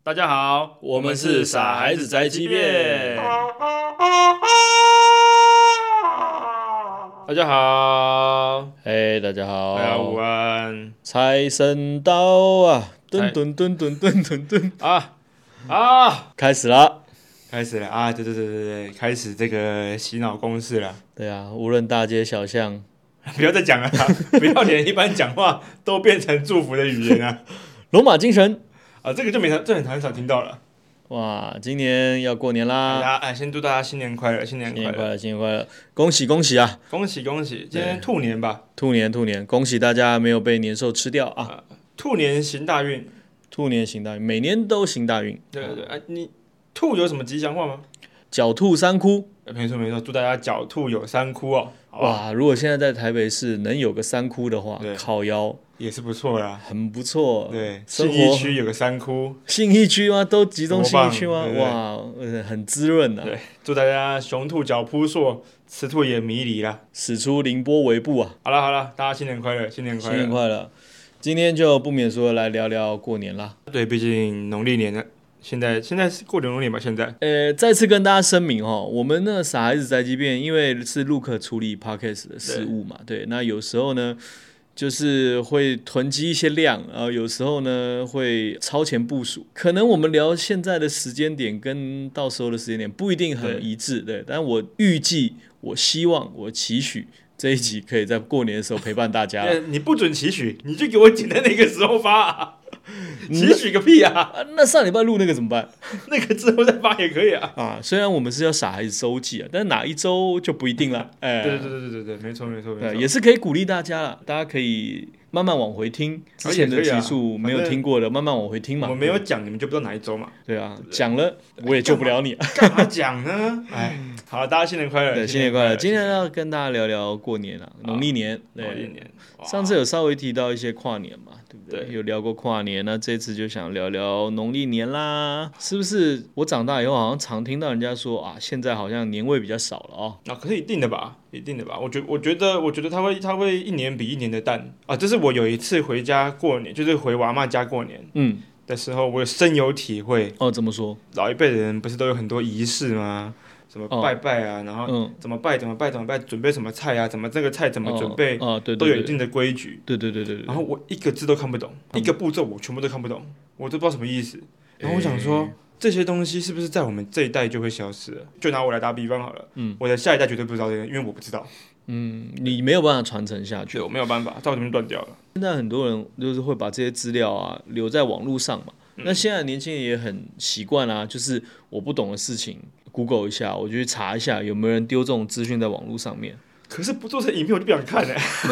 大家好， 我们是傻孩子宅急便。 大家好， 大家好， 大家午安。 财神到啊！噔噔噔噔噔噔噔开始了。 开始了啊！对，开始这个洗脑攻势了。 对啊，无论大街小巷， 不要再讲了啦，不要连一般讲话都变成祝福的语言啊！ 龙马精神啊，这个这很少听到了。 哇，今年要过年啦！ 先祝大家新年快乐，新年快乐， 新年快乐！恭喜恭喜啊！ 恭喜！今天兔年吧？ 兔年，恭喜大家没有被年兽吃掉啊！ 兔年行大运， 兔年行大运，每年都行大运。 对，你兔有什么吉祥话吗？ 狡兔三窟。 没错，祝大家狡兔有三窟哦！ 哇，如果现在在台北市能有个三窟的话，靠腰也是不错啦， 很不错。 对，信义区有个三窟， 信义区吗？都集中信义区吗？哇，很滋润啊。 对，祝大家雄兔脚扑朔，雌兔也迷离啦， 使出凌波微步啊！ 好了，大家新年快乐，新年快乐！ 今天就不免说来聊聊过年啦。 对，毕竟农历年了。现在是过农历吧？现在， 再次跟大家声明哈，我们那傻孩子宅急便，因为是陆客处理 podcast 的事务嘛，对，那有时候呢，就是会囤积一些量，然后有时候呢会超前部署，可能我们聊现在的时间点跟到时候的时间点不一定很一致，对，但我预计，我希望，我期许。这一集可以在过年的时候陪伴大家。 你不准期许，你就给我剪在那个时候发啊！期许个屁啊！ 那上礼拜录那个怎么办？ 那个之后再发也可以啊。虽然我们是要傻孩子周记啊，但是哪一周就不一定了。 对，没错。 也是可以鼓励大家了，大家可以慢慢往回听之前的集数没有听过的，慢慢往回听嘛。 我们没有讲，你们就不知道哪一周嘛。 对啊，讲了我也救不了你。 干嘛讲呢？哎，好了，大家新年快乐！ 对，新年快乐！今天要跟大家聊聊过年啊，农历年。 农历年， 上次有稍微提到一些跨年嘛，对不对？有聊过跨年，那这次就想聊聊农历年啦。是不是？我长大以后好像常听到人家说啊，现在好像年味比较少了哦。 可是一定的吧？我觉得他会一年比一年的淡啊。这是我有一次回家过年，就是回我阿嬷家过年，的时候，我深有体会。 怎么说？ 老一辈的人不是都有很多仪式吗？什么拜拜啊，然后怎么拜，准备什么菜啊，这个菜怎么准备，都有一定的规矩。 对。 然后我一个字都看不懂，一个步骤我全部都看不懂，我都不知道什么意思。然后我想说，这些东西是不是在我们这一代就会消失了？就拿我来打比方好了，我的下一代绝对不知道这个，因为我不知道。 你没有办法传承下去， 对，我没有办法，在我这边断掉了。 现在很多人就是会把这些资料啊留在网络上嘛。那现在年轻人也很习惯啊，就是我不懂的事情 ，Google 一下，我就去查一下有没有人丢这种资讯在网络上面。 可是不做成影片我就不想看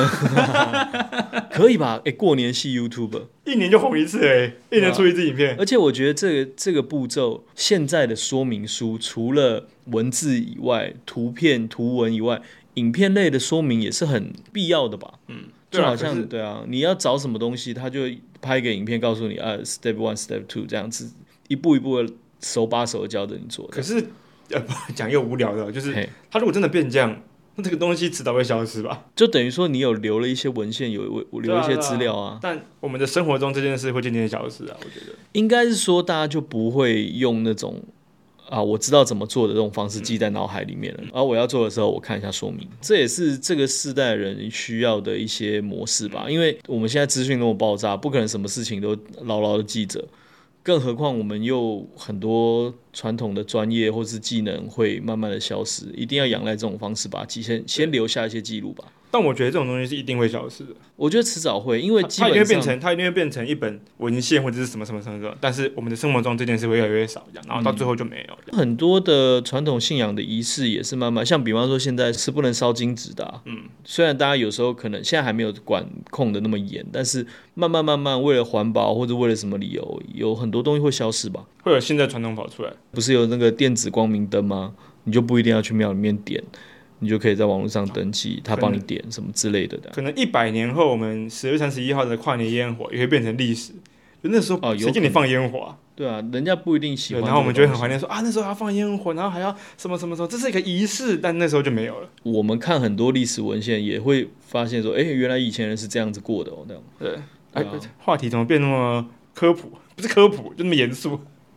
可以吧？过年系 YouTuber， 一年就红一次一年出一支影片。 而且我觉得这个步骤，现在的说明书除了文字以外，图片、图文以外，影片类的说明也是很必要的吧？就好像对啊，你要找什么东西，他就拍一个影片告诉你，Step 1 Step 2这样子，一步一步的手把手的教着你做。 可是讲又无聊的，就是他如果真的变这样，那这个东西迟早会消失吧？ 就等于说你有留了一些文献，有留一些资料啊。 但我们的生活中这件事会渐渐消失啊，我觉得应该是说大家就不会用那种。我知道怎么做的这种方式记在脑海里面了。而我要做的时候，我看一下说明，这也是这个世代人需要的一些模式吧。因为我们现在资讯那么爆炸，不可能什么事情都牢牢的记着，更何况我们又很多传统的专业或是技能会慢慢的消失，一定要仰赖这种方式把先留下一些记录吧。 但我觉得这种东西是一定会消失的。 我觉得迟早会，因为基本上它一定会变成一本文献或者是什么，但是我们的生活中这件事会越来越少，然后到最后就没有。很多的传统信仰的仪式也是慢慢，像比方说现在是不能烧金纸的虽然大家有时候可能现在还没有管控的那么严，但是慢慢为了环保或者为了什么理由，有很多东西会消失吧。 会有新的传统跑出来。 不是有那个电子光明灯吗？你就不一定要去庙里面点。你就可以在网络上登记，他帮你点什么之类的。 可能100年后，我们10月31号的跨年烟火也会变成历史。就那时候谁给你放烟火啊？ 对啊，人家不一定喜欢。 然后我们就会很怀念说那时候还要放烟火，然后还要什么，这是一个仪式，但那时候就没有了。 我们看很多历史文献也会发现说，原来以前人是这样子过的这样。 对，话题怎么变那么科普？不是科普，就那么严肃。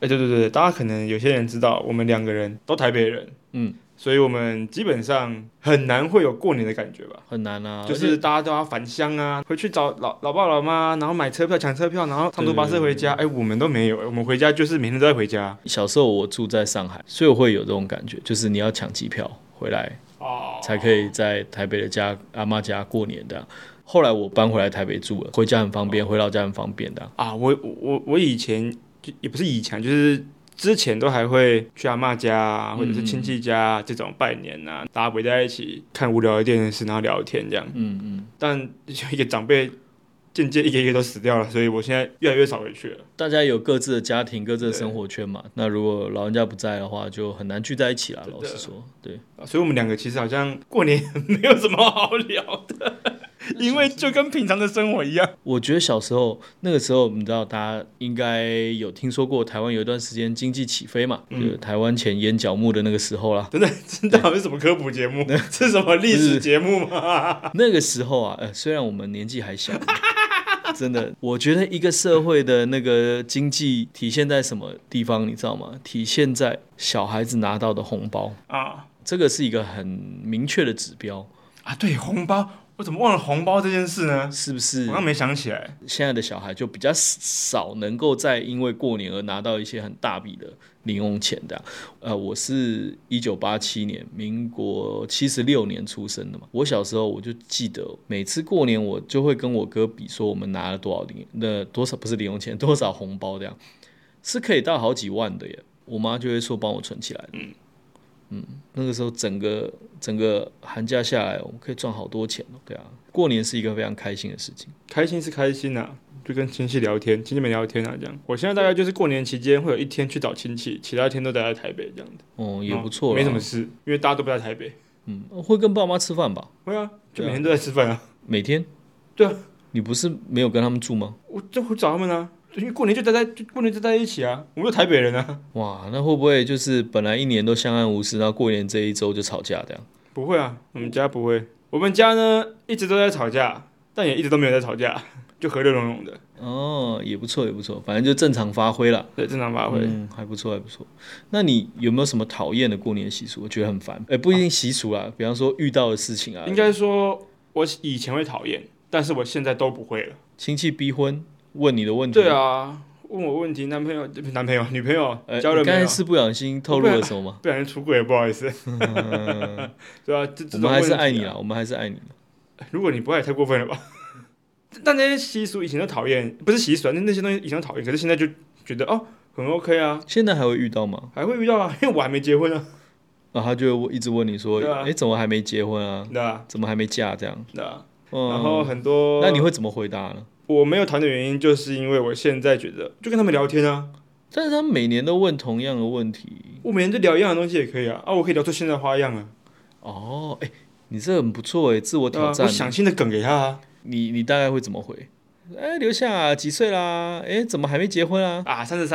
对对对，大家可能有些人知道，我们2个人都台北人，所以我们基本上很难会有过年的感觉吧？ 很难啊， 就是大家都要返乡啊，回去找老爸老妈，然后买车票抢车票，然后长途巴士回家。我们都没有，我们回家就是每天都在回家。 小时候我住在上海，所以我会有这种感觉，就是你要抢机票回来，才可以在台北的阿嬷家过年的。后来我搬回来台北住了，回家很方便，回老家很方便的。 我以前也不是以前，就是之前都还会去阿嬷家啊，或者是亲戚家这种拜年啊，大家围在一起看无聊的电视，然后聊天这样。但一个长辈渐渐一个一个都死掉了，所以我现在越来越少回去了。 大家有各自的家庭、各自的生活圈嘛。那如果老人家不在的话，就很难聚在一起啦。老实说，对。 所以我们2个其实好像过年没有什么好聊的。因为就跟平常的生活一样。 我觉得小时候那个时候，你知道，大家应该有听说过台湾有一段时间经济起飞嘛，就台湾钱淹脚木的那个时候啦。 真的是什么科普节目？是什么历史节目吗？ 那个时候啊，虽然我们年纪还小。真的，我觉得一个社会的那个经济体现在什么地方，你知道吗？体现在小孩子拿到的红包啊，这个是一个很明确的指标啊。对，红包。我怎么忘了红包这件事呢？ 是不是？ 我刚没想起来。 现在的小孩就比较少能够再因为过年而拿到一些很大笔的零用钱的。我是1987年，民国76年出生的嘛。我小时候我就记得，每次过年我就会跟我哥比说，我们拿了多少不是零用钱，多少红包这样，是可以到好几万的耶。我妈就会说帮我存起来的。那个时候整个寒假下来，我们可以赚好多钱哦。对啊，过年是一个非常开心的事情。 开心是开心啊，就跟亲戚聊天，亲戚们聊天啊这样。我现在大概就是过年期间会有一天去找亲戚，其他天都待在台北这样的。 哦，也不错， 没什么事，因为大家都不在台北。 会跟爸妈吃饭吧？ 会啊，就每天都在吃饭啊。 每天？ 对啊。 你不是没有跟他们住吗？ 我就会找他们啊。因为过年就待在一起啊，我们都台北人啊。 哇，那会不会就是本来一年都相安无事，然后过年这一周就吵架这样？ 不会啊，我们家不会。我们家呢一直都在吵架，但也一直都没有在吵架，就和乐融融的。 哦，也不错也不错，反正就正常发挥啦。 对，正常发挥。 还不错还不错。那你有没有什么讨厌的过年习俗？我觉得很烦。不一定习俗啦，比方说遇到的事情啊。 应该说，我以前会讨厌，但是我现在都不会了。 亲戚逼婚。问你的问题。 对啊，问我问题，女朋友、女朋友交了没有？ 刚才是不小心透露了什么吗？ 不小心出柜了，不好意思。对啊， 我们还是爱你啦，我们还是爱你。 如果你不爱，太过分了吧？但那些习俗以前都讨厌，不是习俗啊，那些东西以前都讨厌，可是现在就觉得很 OK 啊。 现在还会遇到吗？ 还会遇到啊，因为我还没结婚啊。 他就一直问你说，怎么还没结婚啊？ 对啊， 怎么还没嫁这样？ 对啊。然后很多， 那你会怎么回答呢？ 我没有谈的原因，就是因为我现在觉得就跟他们聊天啊。 但是他们每年都问同样的问题， 我每年就聊一样的东西也可以啊。我可以聊出新的花样啊。 哦，你这很不错自我挑战。 我想新的梗给他啊。 你大概会怎么回？刘夏几岁啦？怎么还没结婚啊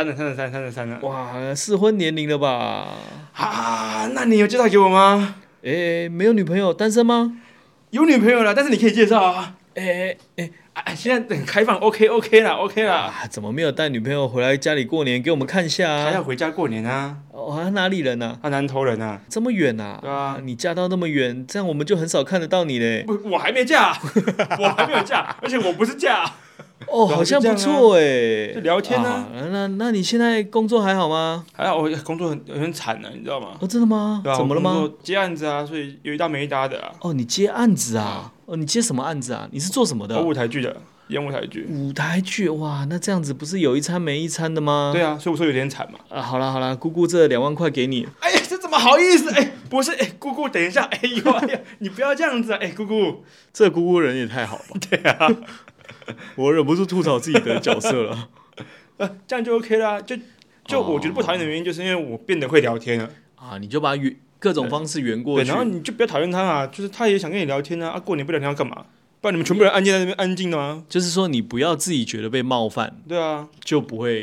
？33了。 哇，适婚年龄了吧？ 那你有介绍给我吗？ 没有女朋友，单身吗？ 有女朋友了，但是你可以介绍啊。现在很开放 ，OK 啦。 怎么没有带女朋友回来家里过年给我们看一下啊？ 他要回家过年啊。 他哪里人啊？ 他南投人啊。 这么远啊？ 对啊。 你嫁到那么远，这样我们就很少看得到你嘞。 我还没嫁，我还没有嫁，而且我不是嫁。 好像不错就聊天啊。 那你现在工作还好吗？ 还好，我工作很惨的，你知道吗？ 真的吗？ 对啊。 怎么了吗？ 接案子啊，所以有一搭没一搭的啊。 你接案子啊？你接什么案子啊？你是做什么的？ 舞台剧的，演舞台剧。 舞台剧哇，那这样子不是有一餐没一餐的吗？ 对啊，所以我说有点惨嘛。 好啦，姑姑这2万块给你。 这怎么好意思？不是，姑姑等一下，你不要这样子啊，姑姑， 这姑姑人也太好吧？ 对啊。 我忍不住吐槽自己的角色了。 这样就 OK 啦。就我觉得不讨厌的原因，就是因为我变得会聊天了你就把各种方式圆过去。 对，然后你就不要讨厌他啊，就是他也想跟你聊天啊。过年不聊天要干嘛？不然你们全部人安静在那边安静的吗？ 就是说你不要自己觉得被冒犯， 对啊， 就不会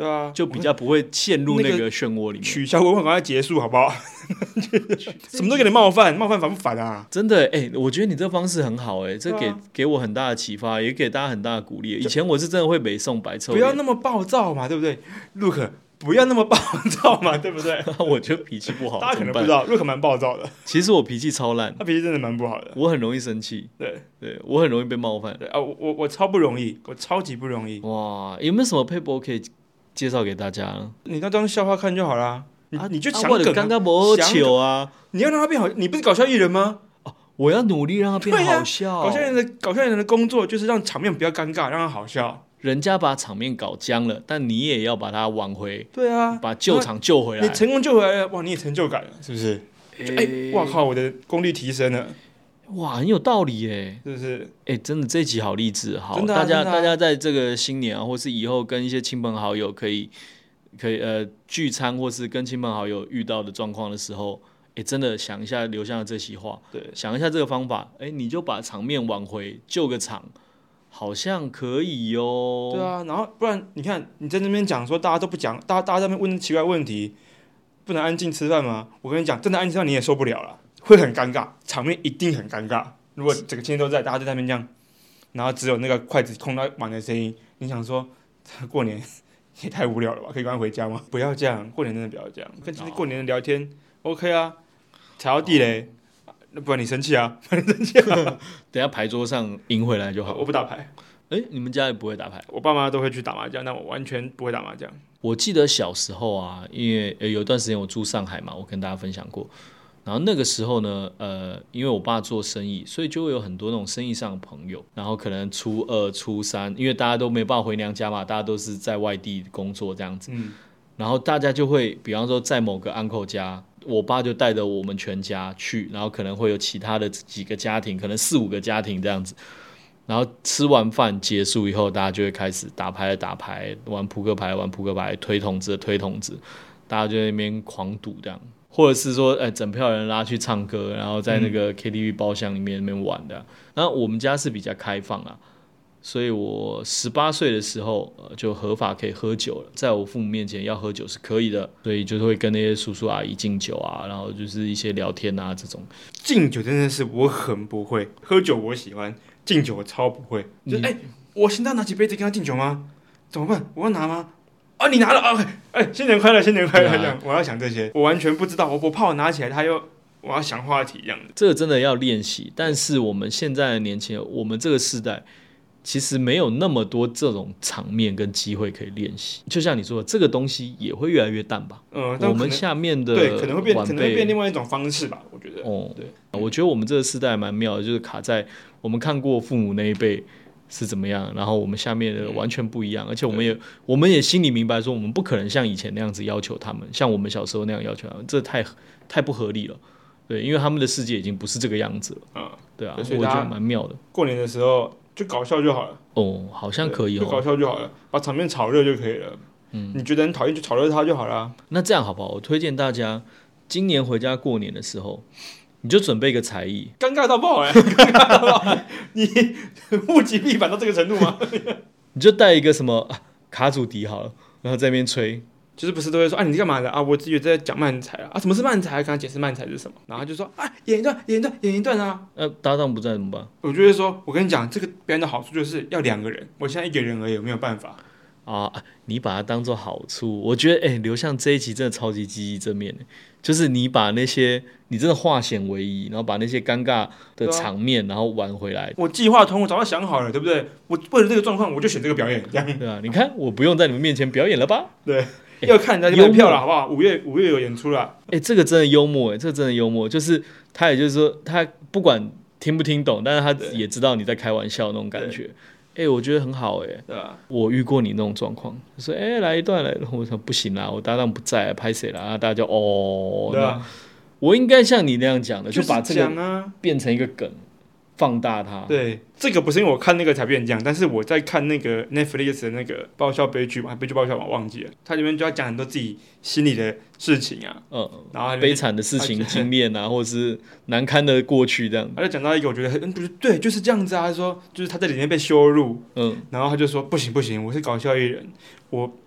对啊， 就比较不会陷入那个漩涡里面。 取消文化赶快结束好不好？什么都给你冒犯烦不烦啊？ 真的我觉得你这方式很好这给我很大的启发，也给大家很大的鼓励。以前我是真的会北宋白臭脸， 不要那么暴躁嘛，对不对 ？Look， 不要那么暴躁嘛，对不对？ 我就脾气不好， 大家可能不知道 ，Look 蛮暴躁的。 其实我脾气超烂， 他脾气真的蛮不好的。 我很容易生气， 对， 我很容易被冒犯。 对啊，我超不容易，我超级不容易。 哇，有没有什么 paper 可以介绍给大家呢？ 你那当笑话看就好啦。你就想梗， 刚刚不糗啊！ 你要让他变好，你不是搞笑艺人吗？ 我要努力让他变好笑。 搞笑艺人的工作就是让场面不要尴尬，让他好笑。 人家把场面搞僵了，但你也要把它挽回。 对啊， 把旧场救回来。 你成功救回来了，哇，你也成就感了，是不是？哇靠，我的功力提升了。 哇，很有道理耶， 是不是？ 真的这一集好励志，好， 真的大家在这个新年啊，或是以后跟一些亲朋好友可以聚餐，或是跟亲朋好友遇到的状况的时候，真的想一下刘向的这席话， 对， 想一下这个方法，你就把场面挽回，救个场，好像可以哦。 对啊，然后不然你看你在那边讲说大家都不讲，大家在那边问奇怪问题，不能安静吃饭吗？我跟你讲，真的安静吃饭你也受不了了，会很尴尬，场面一定很尴尬。如果整个亲戚都在，大家在那边这样，然后只有那个筷子空到碗的声音，你想说过年也太无聊了吧？可以赶快回家吗？不要这样，过年真的不要这样。跟亲戚过年的聊天 OK 啊，踩到地雷，不然你生气啊， 等一下牌桌上赢回来就好。 我不打牌。 你们家也不会打牌？ 我爸妈都会去打麻将，但我完全不会打麻将。 我记得小时候啊，因为有一段时间我住上海嘛，我跟大家分享过。然后那个时候呢，因为我爸做生意，所以就会有很多那种生意上的朋友。然后可能初二、初三，因为大家都没办法回娘家嘛，大家都是在外地工作这样子。然后大家就会，比方说在某个 uncle 家，我爸就带着我们全家去，然后可能会有其他的几个家庭，可能4-5个家庭这样子。然后吃完饭结束以后，大家就会开始打牌的打牌，玩扑克牌的玩扑克牌，推筒子的推筒子，大家就在那边狂赌这样。或者是说，整票人拉去唱歌，然后在那个 KTV 包厢里面那边玩的。然后我们家是比较开放啊，所以我18岁的时候就合法可以喝酒了，在我父母面前要喝酒是可以的，所以就是会跟那些叔叔阿姨敬酒啊，然后就是一些聊天啊这种。 敬酒真的是我很不会，喝酒我喜欢，敬酒我超不会。就是我现在拿起杯子跟他敬酒吗？怎么办？我要拿吗？你拿了，OK，新年快乐，新年快乐，这样我要想这些，我完全不知道，我怕我拿起来他又我要想话题一样的。 这个真的要练习，但是我们现在的年轻人，我们这个世代其实没有那么多这种场面跟机会可以练习。就像你说的，这个东西也会越来越淡吧。我们下面的对可能会变另外一种方式吧，我觉得。对， 我觉得我们这个世代蛮妙的，就是卡在我们看过父母那一辈是怎么样，然后我们下面的完全不一样，而且我们也心里明白说，我们不可能像以前那样子要求他们，像我们小时候那样要求他们，这太不合理了。对，因为他们的世界已经不是这个样子了。对啊，我觉得蛮妙的。 过年的时候就搞笑就好了。 好像可以就搞笑就好了，把场面炒热就可以了。你觉得很讨厌就炒热他就好了。 那这样好不好？我推荐大家今年回家过年的时候，你就准备一个才艺。 尴尬到爆尴尬到爆！你物极必反到这个程度吗？ 你就带一个什么卡祖笛好了，然后在那边吹。 就是不是都会说你干嘛的啊？我自己在讲漫才什么是漫才？跟他解释漫才是什么，然后他就说演一段啊。 搭档不在怎么办？ 我就会说，我跟你讲，这个表演的好处就是要2个人，我现在1个人而已，我没有办法。 你把它当做好处，我觉得刘向这一集真的超级积极正面的，就是你把那些你真的化险为夷，然后把那些尴尬的场面然后玩回来。 我计划通，我早就想好了，对不对？我为了这个状况，我就选这个表演，这样对啊。你看，我不用在你们面前表演了吧？ 对。要看人家就买票了，好不好？5月有演出了。 这个真的幽默，这个真的幽默，就是他，也就是说，他不管听不听懂，但是他也知道你在开玩笑那种感觉。我觉得很好， 对吧？ 我遇过你那种状况，说来一段来，我说不行啦，我搭档不在，拍谁啦？然后大家就对啊， 我应该像你那样讲的，就把这个变成一个梗。放大它。 对，这个不是因为我看那个才变这样，但是我在看那个 Netflix 的那个爆笑悲剧嘛，悲剧爆笑我忘记了，它里面就要讲很多自己心里的事情啊，然后悲惨的事情经验啊，或者是难堪的过去这样。 他就讲到一个我觉得不是对，就是这样子啊，他说就是他在里面被羞辱，然后他就说不行，我是搞笑艺人，我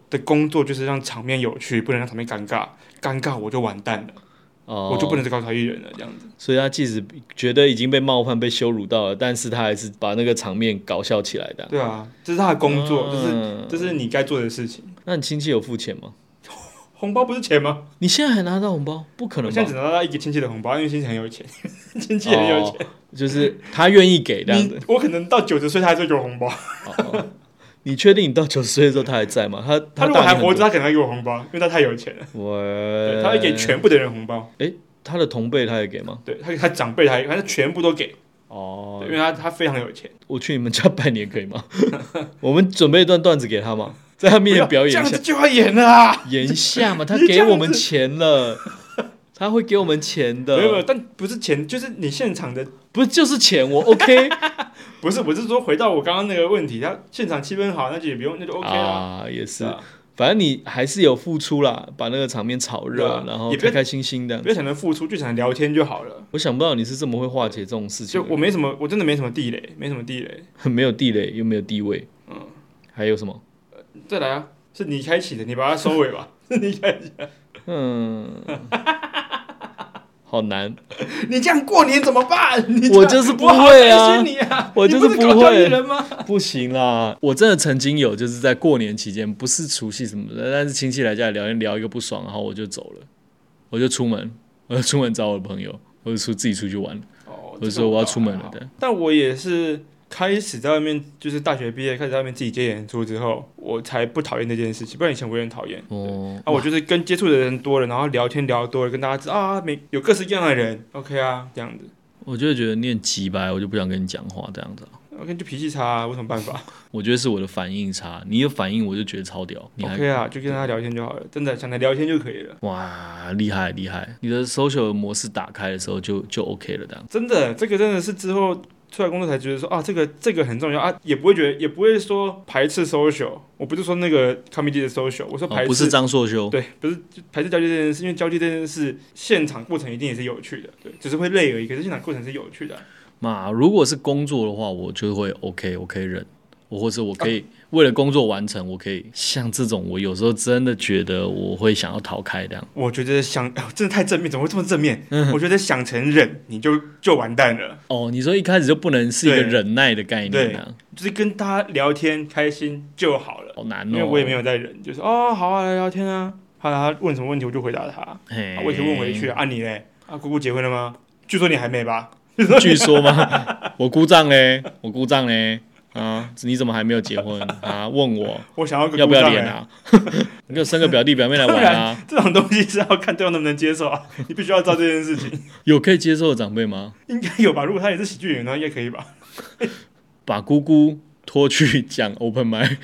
的工作就是让场面有趣，不能让场面尴尬，尴尬我就完蛋了。我就不能是高潮艺人了，这样子。 所以他即使觉得已经被冒犯、被羞辱到了，但是他还是把那个场面搞笑起来的。 对啊，这是他的工作，这是你该做的事情。 那你亲戚有付钱吗？ 红包不是钱吗？ 你现在还拿到红包？不可能吧！ 我现在只拿到一个亲戚的红包，因为亲戚很有钱，亲戚很有钱， 就是他愿意给这样子。 我可能到90岁他还会给我红包。 你确定你到90岁的时候他还在吗？ 他如果还活着，他可能会给我红包，因为他太有钱了。 喂， 他会给全部的人红包。 他的同辈他也给吗？ 对，他长辈他全部都给。因为他非常有钱。 我去你们家拜年可以吗？我们准备一段段子给他嘛，在他面前表演一下。 这样子就要演了啊！ 演一下嘛，他给我们钱了。他会给我们钱的。 没有，但不是钱，就是你现场的， 不是就是钱，我 OK。 不是，我是说回到我刚刚那个问题，他现场气氛好，那就也不用，那就 OK 啦。 啊，也是，反正你还是有付出啦，把那个场面炒热，然后开开心心的。 不要想着付出，就想聊天就好了。 我想不到你是这么会化解这种事情。 就我没什么，我真的没什么地雷，没什么地雷。 没有地雷，又没有地位。还有什么？ 再来啊，是你开启的，你把它收尾吧。是你开启的。 好难。 你这样过年怎么办？ 我就是不会啊！ 我就是不会。人吗？ 不行啦！我真的曾经有，就是在过年期间，不是除夕什么的，但是亲戚来家里聊天，聊一个不爽，然后我就走了，我就出门找我的朋友，或者自己出去玩。我就说我要出门了。 但我也是开始在外面，就是大学毕业开始在外面自己接演出之后，我才不讨厌这件事情。不然以前我也很讨厌。我就是跟接触的人多了，然后聊天聊多了，跟大家知道啊，有各式各样的人 ，OK 啊，这样子。 我就会觉得你很急白，我就不想跟你讲话这样子。 OK， 就脾气差，有什么办法？ 我觉得是我的反应差，你有反应我就觉得超屌。 OK 啊，就跟他聊天就好了，真的想来聊天就可以了。 哇，厉害！你的 social 模式打开的时候就 OK 了，这样。 真的，这个真的是之后出来工作才觉得说啊，这个很重要啊，也不会说排斥 social。我不是说那个 comedy 的 social， 我说排斥、 不是张硕修。 对，不是排斥交际这件事，因为交际这件事现场过程一定也是有趣的，对，只是会累而已。可是现场过程是有趣的。 如果是工作的话，我就会 OK， 我可以忍，或者我可以为了工作完成，我可以像这种，我有时候真的觉得我会想要逃开这样。 我觉得真的太正面，怎么会这么正面？我觉得想成忍，你就完蛋了。 你说一开始就不能是一个忍耐的概念啊？ 对，就是跟他聊天开心就好了。 好难因为我也没有在忍，就是好啊，来聊天啊。他问什么问题我就回答他，我也可以问回去啊。你嘞？姑姑结婚了吗？据说你还没吧？ 据说吗？我姑丈嘞，你怎么还没有结婚啊？问我想要要不要脸啊？你给我生个表弟表妹来玩啊！ 这种东西是要看对方能不能接受啊，你必须要知道这件事情。 有可以接受的长辈吗？ 应该有吧，如果他也是喜剧演员，那应该可以吧？ 把姑姑拖去讲 open mic，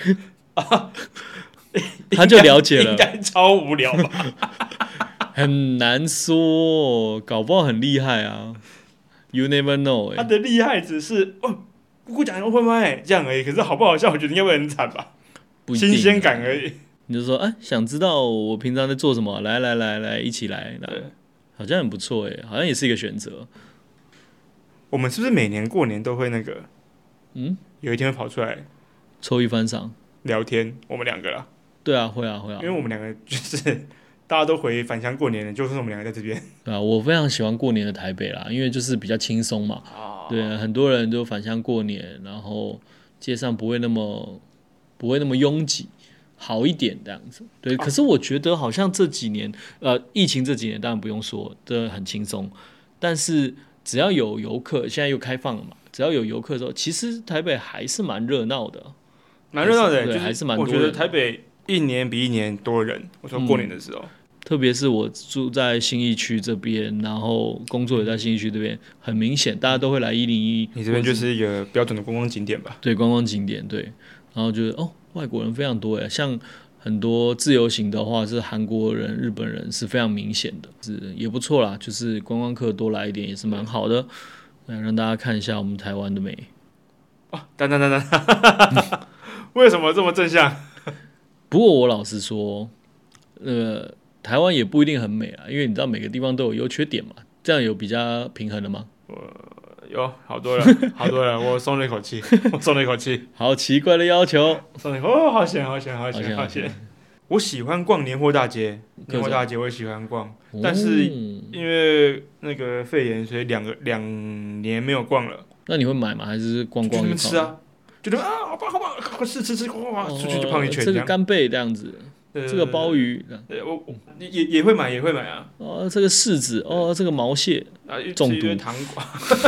他就了解了。 应该超无聊吧？ 很难说，搞不好很厉害啊。You never know。 他的厉害只是姑姑讲 open mic 这样而已，可是好不好笑，我觉得应该会很惨吧？ 不一定， 新鲜感而已。 你就说想知道我平常在做什么？来，一起来，好像很不错好像也是一个选择。 我们是不是每年过年都会那个？有一天会跑出来抽一番赏聊天，我们两个啦。 对啊，会啊。 因为我们两个就是大家都回返乡过年了，就是我们两个在这边。对啊， 我非常喜欢过年的台北啦，因为就是比较轻松嘛。对啊，很多人都返乡过年，然后街上不会那么拥挤，好一点这样子。对，可是我觉得好像这几年，疫情这几年当然不用说，真的很轻松。但是只要有游客，现在又开放了嘛，只要有游客的时候，其实台北还是蛮热闹的， 对， 还是蛮多人。 我觉得台北一年比一年多人。我说过年的时候。 特别是我住在信义区这边，然后工作也在信义区这边，很明显大家都会来101。 你这边就是一个标准的观光景点吧？ 对，观光景点对。然后觉得外国人非常多像很多自由行的话是韩国人、日本人是非常明显的，也不错啦。就是观光客多来一点也是蛮好的，让大家看一下我们台湾的美。 等，为什么这么正向？ 不过我老实说，台湾也不一定很美啊，因为你知道每个地方都有优缺点嘛，这样有比较平衡的吗？ 有好多了，我松了一口气， 好奇怪的要求， 好险！ 我喜欢逛年货大街，年货大街我也喜欢逛，但是因为那个肺炎，所以两年没有逛了。 那你会买吗？还是逛逛就吃啊？觉得啊，好棒好棒，快吃，哇，出去就胖一圈。 这个干贝这样子，这个鲍鱼， 我也会买啊。 哦，这个柿子，哦，这个毛蟹，中毒。 糖果。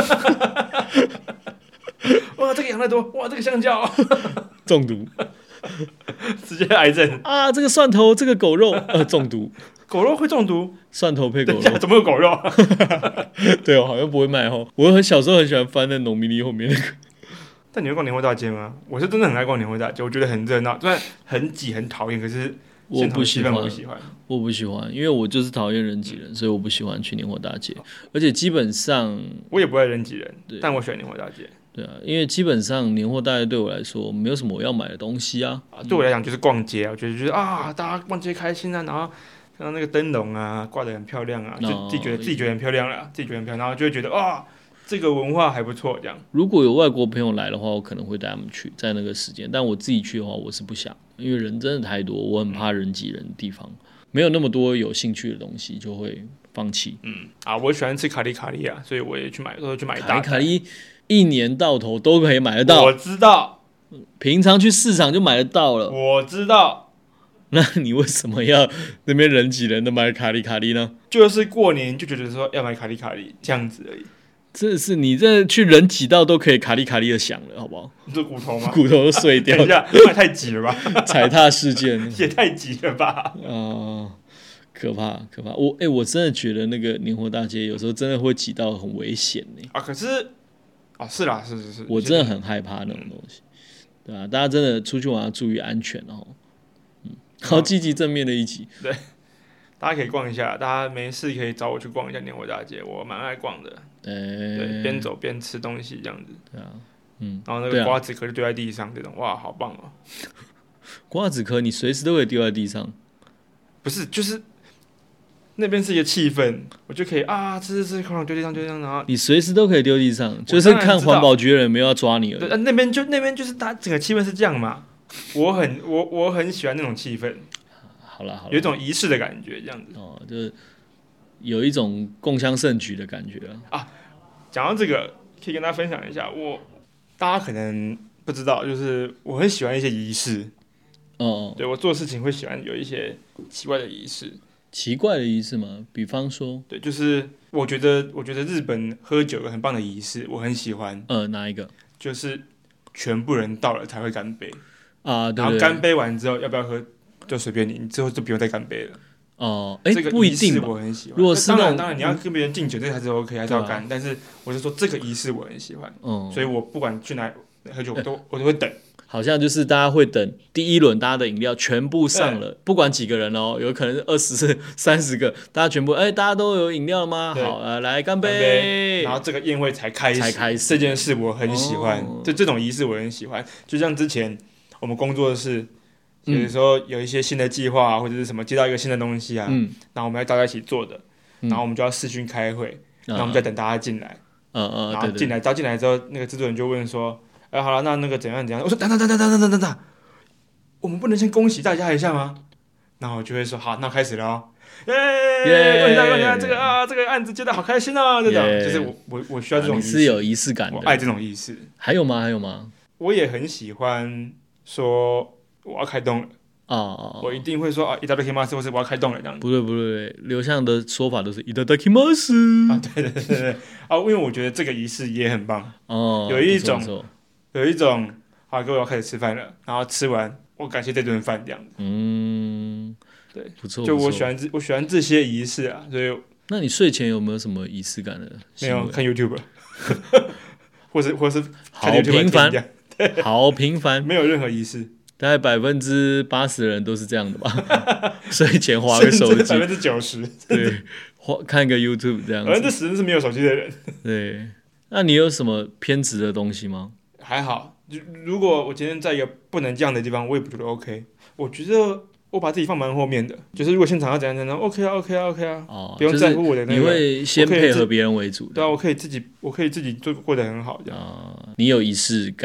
哇，这个养乐多，哇，这个香蕉， 中毒， 直接癌症啊！这个蒜头，这个狗肉，中毒。 狗肉会中毒？ 蒜头配狗肉， 怎么有狗肉？ 对哦，好像不会卖哦。我小时候很喜欢翻那农民历后面那个。 但你会逛年货大街吗？我是真的很爱逛年货大街，我觉得很热闹，虽然很挤很讨厌，可是我不喜欢， 我不喜欢，因为我就是讨厌人挤人，所以我不喜欢去年货大街。而且基本上我也不爱人挤人，但我喜欢年货大街。 对啊，因为基本上年货大街对我来说没有什么我要买的东西啊。 对我来讲就是逛街，我觉得啊，大家逛街开心啊，然后看到那个灯笼啊挂得很漂亮啊，就自己觉得很漂亮了，然后就会觉得哇。这个文化还不错，这样。 如果有外国朋友来的话，我可能会带他们去，在那个时间。但我自己去的话，我是不想，因为人真的太多，我很怕人挤人的地方，没有那么多有兴趣的东西，就会放弃。 我喜欢吃卡利啊，所以我也去买，都去买一大袋。 卡利一年到头都可以买得到。 我知道， 平常去市场就买得到了。 我知道。 那你为什么要那边人挤人的买卡利呢？ 就是过年就觉得说要买卡利这样子而已。 这是你这去人挤到都可以卡利的响了，好不好？ 你说骨头吗？ 骨头都碎掉。 等一下，那太挤了吧？ 踩踏事件也太挤了吧？ 可怕！我真的觉得那个年货大街有时候真的会挤到很危险呢。 可是是啦，是， 我真的很害怕那种东西，对啊，大家真的出去玩要注意安全哦。好积极正面的一集。 对。大家可以逛一下，大家没事可以找我去逛一下年货大街，我蛮爱逛的。对，边走边吃东西这样子。 对啊， 然后那个瓜子壳就丢在地上，这种哇，好棒哦！ 瓜子壳你随时都可以丢在地上， 不是，就是那边是一个气氛，我就可以吃，丢地上，然后你随时都可以丢地上，就是看环保局的人没有要抓你而已。 对，那边就是它整个气氛是这样嘛，我很喜欢那种气氛。 好了， 有一种仪式的感觉，这样子就是有一种共襄盛举的感觉讲到这个，可以跟大家分享一下，大家可能不知道，就是我很喜欢一些仪式。对，我做事情会喜欢有一些奇怪的仪式。 奇怪的仪式吗？比方说， 对，就是我觉得日本喝酒有很棒的仪式，我很喜欢。 哪一个？ 就是全部人到了才会干杯对， 然后干杯完之后要不要喝？就随便你之后就不用再干杯了。这个不一定吧， 我很喜欢。 如果是当然你要跟别人敬酒，这还是 OK，还是要干。但是我是说这个仪式我很喜欢，所以我不管去哪喝酒，我都会等。 好像就是大家会等第一轮，大家的饮料全部上了，不管几个人有可能是20、30个，大家全部大家都有饮料了吗？好，来干杯， 然后这个宴会才开始。这件事我很喜欢，这种仪式我很喜欢。就像之前我们工作的事。有的时候有一些新的计划或者是什么接到一个新的东西然后我们要大家一起做的，然后我们就要视讯开会，然后我们再等大家进来，然后进来之后，那个制作人就问说，好了，那个怎样？我说等，我们不能先恭喜大家一下吗？然后我就会说好，那开始了哦，恭喜大家，这个案子接得好开心哦，这种就是我需要这种仪式， 是有仪式感的， 我爱这种仪式。 还有吗？ 我也很喜欢说。我要开动了我一定会说いただきます，或是我要开动了这样子。 不对，刘向的说法都是いただきます对因为我觉得这个仪式也很棒有一种好，各位要开始吃饭了，然后吃完我感谢这顿饭这样子。对， 不错。 就我喜欢这些仪式所以。 那你睡前有没有什么仪式感的？ 没有，看 YouTube， 或是好平凡，好平凡， 没有任何仪式。 大概80%的人都是这样的吧，睡前滑个手机 ，90% 对，看个 YouTube 这样子。 10%是没有手机的人。 对，那你有什么偏执的东西吗？ 还好，如果我今天在一个不能这样的地方，我也不觉得 OK。我觉得我把自己放蛮后面的，就是如果现场要怎样 OK 啊，不用在乎我的那个。 你会先配合别人为主的。 对啊，我可以自己过得很好这样。 你有仪式感。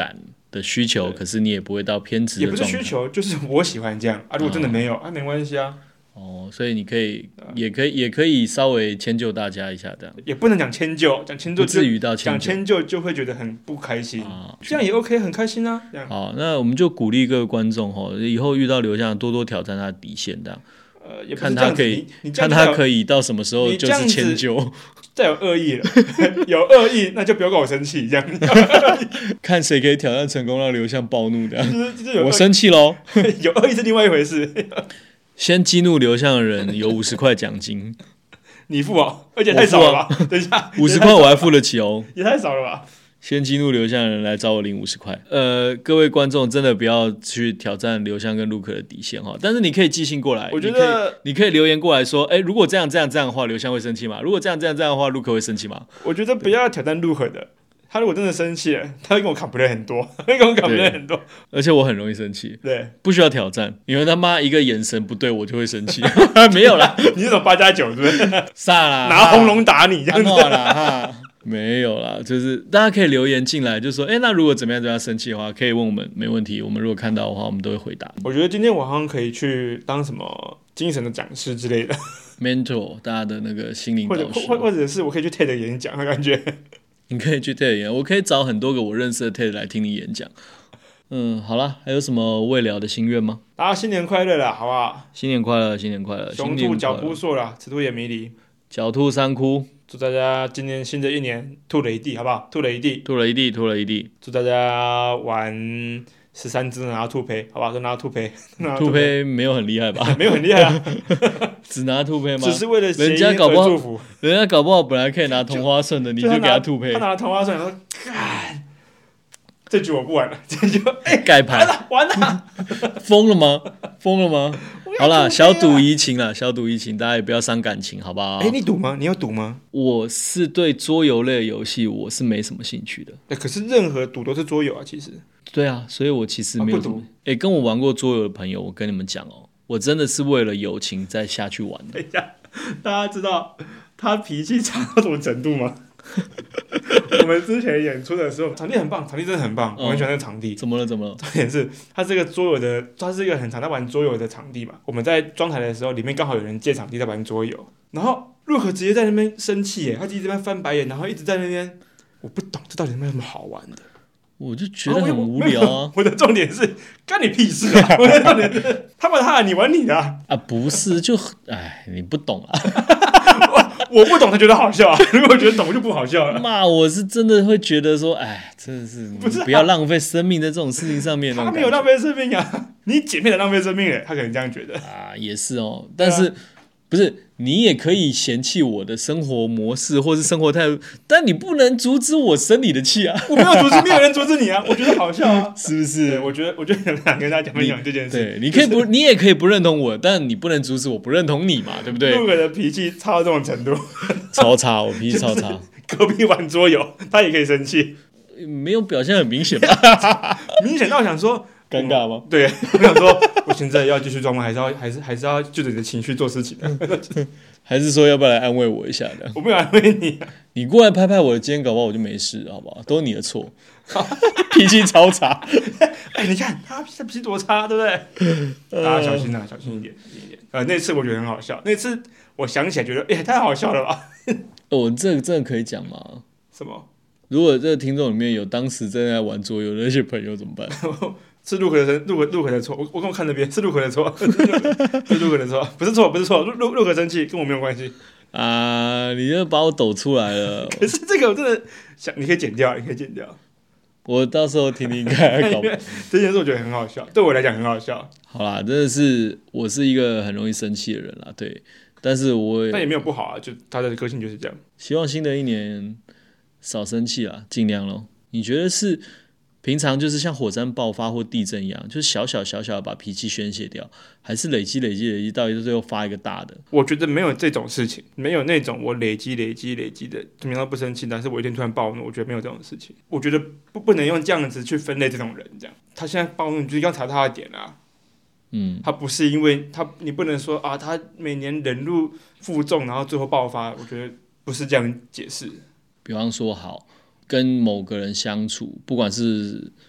的需求，可是你也不会到偏执的状态。也不是需求，就是我喜欢这样啊。如果真的没有没关系啊。 所以你可以，也可以稍微迁就大家一下，这样。 也不能讲迁就，讲迁就不至于到迁就， 讲迁就就会觉得很不开心。这样也 OK， 很开心啊。 好，那我们就鼓励各位观众以后遇到刘向多多挑战他的底线，这样。 也不是这样子， 看他可以到什么时候就是迁就。 再有恶意了，有恶意那就不要跟我生气，这样。 看谁可以挑战成功让刘向暴怒的。我生气喽。 有恶意是另外一回事。 先激怒刘向的人有50块奖金， 你付哦，而且太少了吧？等一下 ，50块我还付得起哦， 也太少了吧？ 先激怒刘向的人来找我领50块。各位观众真的不要去挑战刘向跟 Luke 的底线哈，但是你可以寄信过来， 我觉得你可以留言过来说，如果这样的话，刘向会生气吗？如果这样的话，Luke 会生气吗？ 我觉得不要挑战 Luke 的。他如果真的生气了，他会跟我complain很多， 而且我很容易生气， 对， 不需要挑战，因为他妈一个眼神不对，我就会生气。没有啦， 你这种8+9是不是？ 傻啦， 拿红龙打你这样子啦，没有啦，就是大家可以留言进来，就说，那如果怎么样生气的话，可以问我们，没问题。我们如果看到的话，我们都会回答。 我觉得今天我好像可以去当什么精神的讲师之类的 ，mentor 大家的那个心灵导师， 或者是我可以去 TED 演讲的感觉。 你可以去 TED 演讲，我可以找很多个我认识的 TED 来听你演讲。好啦，还有什么未了的心愿吗？ 大家新年快乐啦，好不好？ 新年快乐，新年快乐！ 雄兔脚扑朔啦，赤兔也迷离， 狡兔三窟。 祝大家今年新的一年兔了一地，好不好？兔了一地。 祝大家玩13只拿到兔胚，好不好？都拿到兔胚。 兔胚没有很厉害吧？ 没有很厉害啊， 只拿兔胚吗？ 只是为了人家搞不好，人家搞不好本来可以拿同花顺的，你就给他兔胚。 他拿同花顺，说干，这局我不玩了，这局盖牌完了， 疯了吗？好啦，小赌怡情，大家也不要伤感情，好不好？ 你赌吗？你要赌吗？ 我是对桌游类的游戏我是没什么兴趣的。 可是任何赌都是桌游啊，其实。 对啊，所以我其实没有赌。跟我玩过桌游的朋友，我跟你们讲我真的是为了友情再下去玩的。 等一下，大家知道他脾气差到什么程度吗？我们之前演出的时候，场地很棒，场地真的很棒，我很喜欢那个场地。 怎么了？重点是它是一个桌游的，它是一个很常在玩桌游的场地嘛。我们在装台的时候，里面刚好有人借场地在玩桌游，然后Luke直接在那边生气耶，他一直在那边翻白眼，然后一直在那边，我不懂这到底有没有什么好玩的。 我就觉得很无聊啊！ 我的重点是干你屁事啊！我的重点是他玩他的，你玩你的啊！ 不是，就你不懂啊！ 我不懂，他觉得好笑啊！如果我觉得懂，就不好笑了。 骂我是真的会觉得说，真的是不要浪费生命在这种事情上面。 他没有浪费生命啊，你姐妹才浪费生命嘞，他可能这样觉得也是但是。不是，你也可以嫌弃我的生活模式或是生活态度，但你不能阻止我生你的气啊！ 我没有阻止，没有人阻止你啊！我觉得好笑啊， 是不是？ 我觉得想跟大家分享这件事。 对，你可以不，你也可以不认同我，但你不能阻止我不认同你嘛，对不对 ？Luke的脾气差到这种程度， 超差，我脾气超差。 隔壁玩桌游，他也可以生气， 没有表现很明显吧？ 明显到我想说。 尴尬吗？ 对，我想说，我现在要继续装吗？还是要就着你的情绪做事情还是说要不要来安慰我一下的？ 我没有安慰你， 你过来拍拍我的肩，搞不好我就没事，好不好？都是你的错，脾气超差。 你看他脾气多差，对不对？大家小心啊，小心一点。那次我觉得很好笑，那次我想起来觉得，太好笑了吧？ 这个真的可以讲吗？ 什么？ 如果这个听众里面有当时正在玩桌游的那些朋友怎么办？ 是Luke的错，我跟我看那边是Luke的错，是Luke的错，不是错，Luke生气跟我没有关系你就把我抖出来了。 可是这个我真的想，你可以剪掉， 我到时候听听看。 这件事我觉得很好笑，对我来讲很好笑。 好啦，真的是我是一个很容易生气的人啦，对，但也没有不好啊，就他的个性就是这样。 希望新的一年少生气啦，尽量咯。你觉得是？平常就是像火山爆发或地震一样，就是小小的把脾气宣泄掉，还是累积到最后发一个大的？ 我觉得没有这种事情，没有那种我累积的，平常不生气，但是我一天突然暴怒，我觉得没有这种事情。我觉得不能用这样子去分类这种人，这样他现在暴怒，你就要查他的点啊。他不是因为你不能说他每年忍辱负重，然后最后爆发，我觉得不是这样解释。 比方说跟某个人相处，不管是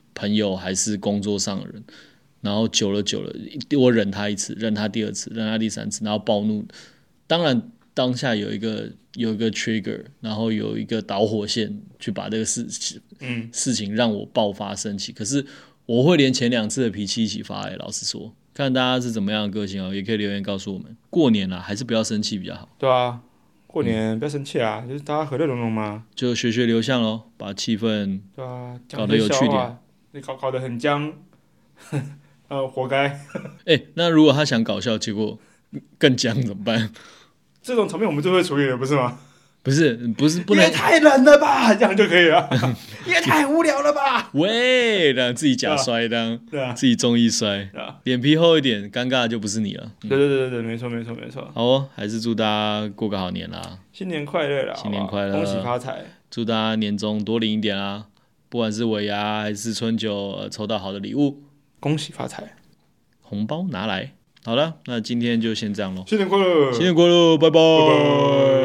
朋友还是工作上的人，然后久了，我忍他一次，忍他第二次，忍他第三次，然后暴怒。当然当下有一个 trigger， 然后有一个导火线去把这个事情让我爆发生气。可是我会连前2次的脾气一起发老实说，看大家是怎么样的个性也可以留言告诉我们。过年啦，还是不要生气比较好。 对啊，过年不要生气啊，就是大家和乐融融嘛。 就学流向咯，把气氛对啊， 搞得有趣点。 你搞得很僵，活该。 那如果他想搞笑，结果更僵怎么办？ 这种场面我们就会处理了，不是吗？ 不能， 也太冷了吧，这样就可以了。也太无聊了吧。 喂，让自己假摔的， 对啊， 自己中意摔，脸皮厚一点，尴尬就不是你了。 对，没错。 好哦，还是祝大家过个好年啦， 新年快乐啦， 新年快乐， 恭喜发财， 祝大家年终多领一点啦，不管是尾牙还是春酒，抽到好的礼物， 恭喜发财， 红包拿来。好了，那今天就先这样咯， 新年快乐， 新年快乐，拜拜。